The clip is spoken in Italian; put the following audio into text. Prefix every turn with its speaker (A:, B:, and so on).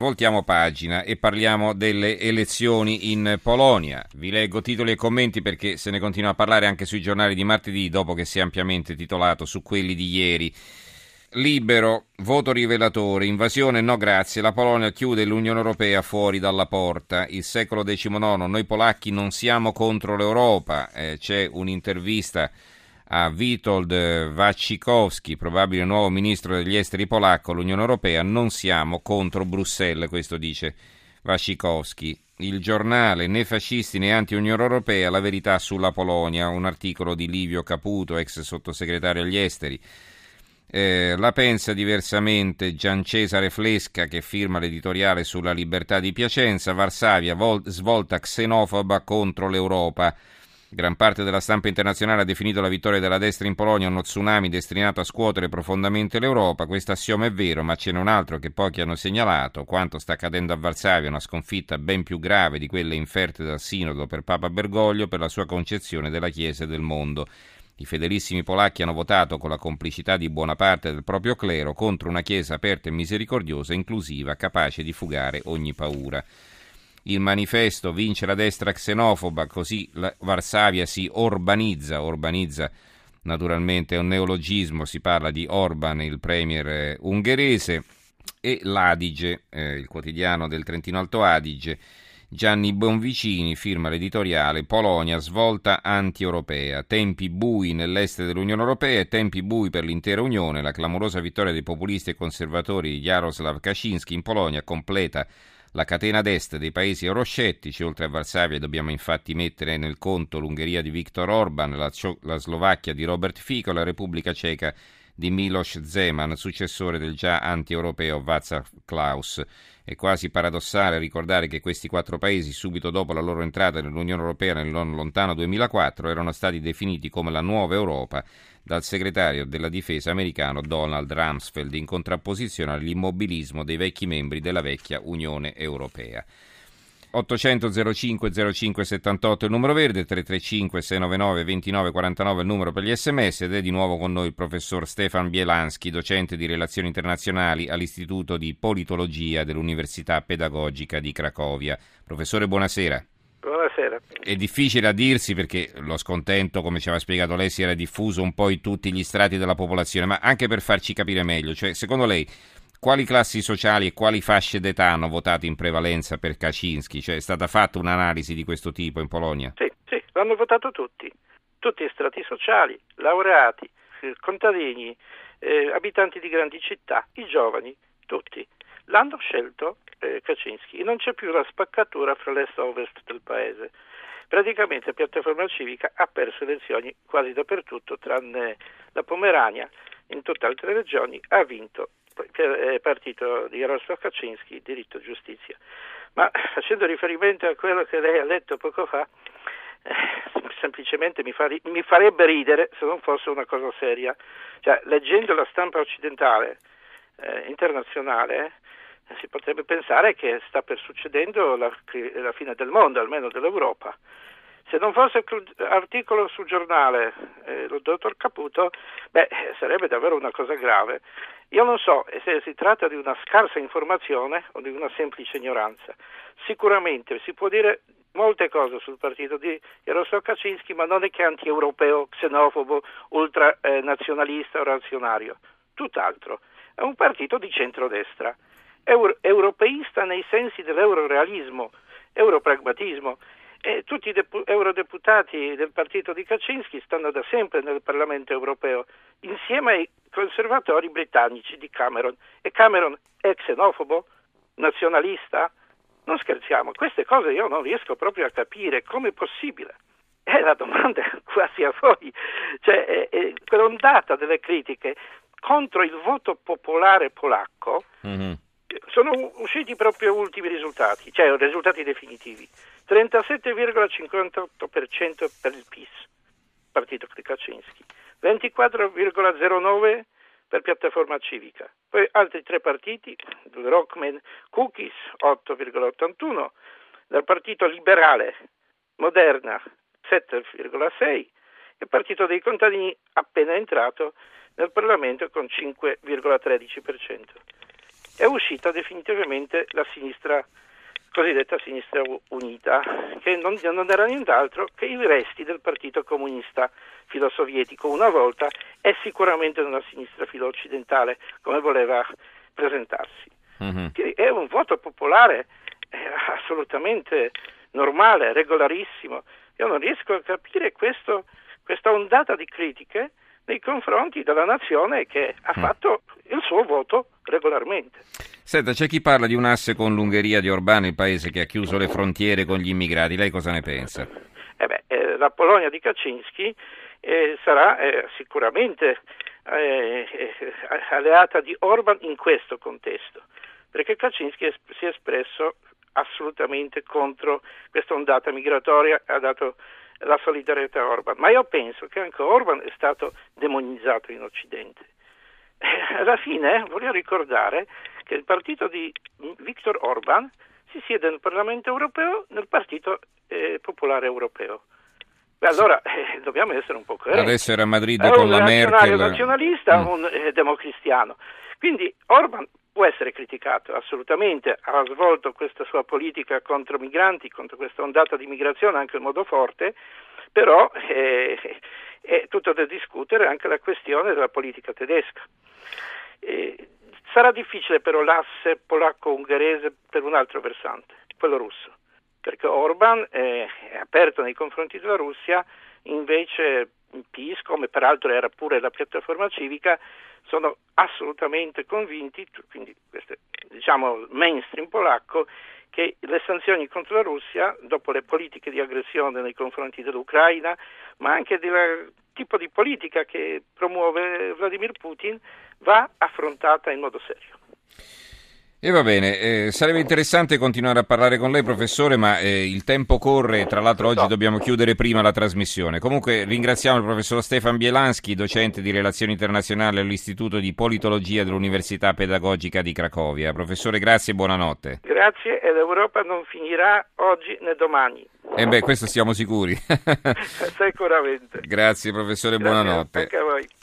A: Voltiamo pagina e parliamo delle elezioni in Polonia. Vi leggo titoli e commenti perché se ne continua a parlare anche sui giornali di martedì dopo che si è ampiamente titolato su quelli di ieri. Libero, voto rivelatore, invasione no grazie, la Polonia chiude l'Unione Europea fuori dalla porta, il secolo XIX, noi polacchi non siamo contro l'Europa, c'è un'intervista a Witold Waszczykowski, probabile nuovo ministro degli esteri polacco, l'Unione Europea, non siamo contro Bruxelles, questo dice Waszczykowski. Il giornale né fascisti né anti-Unione Europea, la verità sulla Polonia, un articolo di Livio Caputo, ex sottosegretario agli esteri. La pensa diversamente Gian Cesare Flesca che firma l'editoriale sulla libertà di Piacenza, Varsavia, svolta xenofoba contro l'Europa. Gran parte della stampa internazionale ha definito la vittoria della destra in Polonia uno tsunami destinato a scuotere profondamente l'Europa. Questo assioma è vero, ma ce n'è un altro che pochi hanno segnalato. Quanto sta accadendo a Varsavia è una sconfitta ben più grave di quelle inferte dal Sinodo per Papa Bergoglio per la sua concezione della Chiesa e del mondo. I fedelissimi polacchi hanno votato con la complicità di buona parte del proprio clero contro una Chiesa aperta e misericordiosa, inclusiva, capace di fugare ogni paura. Il manifesto vince la destra xenofoba, così Varsavia si orbanizza naturalmente è un neologismo, si parla di Orban, il premier ungherese, e l'Adige, il quotidiano del Trentino Alto Adige, Gianni Bonvicini firma l'editoriale Polonia svolta anti-europea, tempi bui nell'est dell'Unione Europea e tempi bui per l'intera Unione, la clamorosa vittoria dei populisti e conservatori di Jarosław Kaczyński in Polonia completa la catena d'est dei paesi euroscettici. Oltre a Varsavia dobbiamo infatti mettere nel conto l'Ungheria di Viktor Orban, la Slovacchia di Robert Fico, la Repubblica Ceca di Miloš Zeman, successore del già anti-europeo Václav Klaus. È quasi paradossale ricordare che questi quattro paesi, subito dopo la loro entrata nell'Unione Europea nel non lontano 2004, erano stati definiti come la nuova Europa dal segretario della difesa americano Donald Rumsfeld, in contrapposizione all'immobilismo dei vecchi membri della vecchia Unione Europea. 800 05 05 78 il numero verde, 335 699 2949 il numero per gli sms, ed è di nuovo con noi il professor Stefan Bielanski, docente di relazioni internazionali all'Istituto di Politologia dell'Università Pedagogica di Cracovia. Professore, buonasera.
B: Buonasera.
A: È difficile a dirsi perché lo scontento, come ci aveva spiegato lei, si era diffuso un po' in tutti gli strati della popolazione, ma anche per farci capire meglio, cioè secondo lei quali classi sociali e quali fasce d'età hanno votato in prevalenza per Kaczynski? Cioè, è stata fatta un'analisi di questo tipo in Polonia?
B: Sì, l'hanno votato tutti strati sociali, laureati, contadini, abitanti di grandi città, i giovani, tutti. L'hanno scelto Kaczynski e non c'è più la spaccatura fra l'est e ovest del paese. Praticamente la piattaforma civica ha perso elezioni quasi dappertutto, tranne la Pomerania. In tutte le altre regioni ha vinto il partito di Jarosław Kaczyński, diritto e giustizia. Ma facendo riferimento a quello che lei ha letto poco fa, semplicemente mi farebbe ridere se non fosse una cosa seria. Cioè, leggendo la stampa occidentale, internazionale, si potrebbe pensare che sta per succedendo la fine del mondo, almeno dell'Europa. Se non fosse articolo sul giornale del dottor Caputo, sarebbe davvero una cosa grave. Io non so se si tratta di una scarsa informazione o di una semplice ignoranza. Sicuramente si può dire molte cose sul partito di Jarosław Kaczyński, ma non è che anti-europeo, xenofobo, ultranazionalista o reazionario. Tutt'altro. È un partito di centrodestra, europeista nei sensi dell'eurorealismo, europragmatismo. E tutti i eurodeputati del partito di Kaczyński stanno da sempre nel Parlamento europeo, insieme ai conservatori britannici di Cameron. E Cameron è xenofobo? Nazionalista? Non scherziamo, queste cose io non riesco proprio a capire, com'è possibile? La domanda è quasi a voi. Cioè, l'ondata delle critiche contro il voto popolare polacco, sono usciti proprio ultimi risultati, cioè risultati definitivi. 37,58% per il PiS, partito di Kaczyński, 24,09% per piattaforma civica, poi altri tre partiti, Rockman Cookies 8,81%, dal partito liberale Moderna 7,6% e partito dei contadini appena entrato nel Parlamento con 5,13%. è uscita definitivamente la sinistra, cosiddetta sinistra unita, che non era nient'altro che i resti del partito comunista filosovietico una volta, è sicuramente una sinistra filo-occidentale come voleva presentarsi. È un voto popolare assolutamente normale, regolarissimo. Io non riesco a capire questa ondata di critiche nei confronti della nazione che ha fatto il suo voto regolarmente.
A: Senta, c'è chi parla di un asse con l'Ungheria di Orbán, il paese che ha chiuso le frontiere con gli immigrati. Lei cosa ne pensa?
B: La Polonia di Kaczynski sarà sicuramente alleata di Orbán in questo contesto, perché Kaczynski si è espresso assolutamente contro questa ondata migratoria, ha dato la solidarietà a Orbán, ma io penso che anche Orbán è stato demonizzato in Occidente. Alla fine voglio ricordare che il partito di Viktor Orbán si siede nel Parlamento europeo, nel Partito Popolare Europeo. Allora dobbiamo essere un po' coerenti.
A: Adesso era a Madrid con la Merkel.
B: Un nazionalista, un democristiano. Quindi Orbán può essere criticato, assolutamente, ha svolto questa sua politica contro migranti, contro questa ondata di migrazione anche in modo forte, però è tutto da discutere anche la questione della politica tedesca. Sarà difficile però l'asse polacco-ungherese per un altro versante, quello russo, perché Orbán è aperto nei confronti della Russia, invece PiS, come peraltro era pure la piattaforma civica, sono assolutamente convinti, quindi questo diciamo mainstream polacco, che le sanzioni contro la Russia, dopo le politiche di aggressione nei confronti dell'Ucraina, ma anche del tipo di politica che promuove Vladimir Putin, va affrontata in modo serio.
A: E va bene, sarebbe interessante continuare a parlare con lei, professore, ma il tempo corre, tra l'altro oggi dobbiamo chiudere prima la trasmissione. Comunque ringraziamo il professor Stefan Bielanski, docente di relazioni internazionali all'Istituto di Politologia dell'Università Pedagogica di Cracovia. Professore, grazie e buonanotte.
B: Grazie, e l'Europa non finirà oggi né domani.
A: Questo siamo sicuri.
B: Sicuramente.
A: Grazie professore, buonanotte.
B: Anche a voi.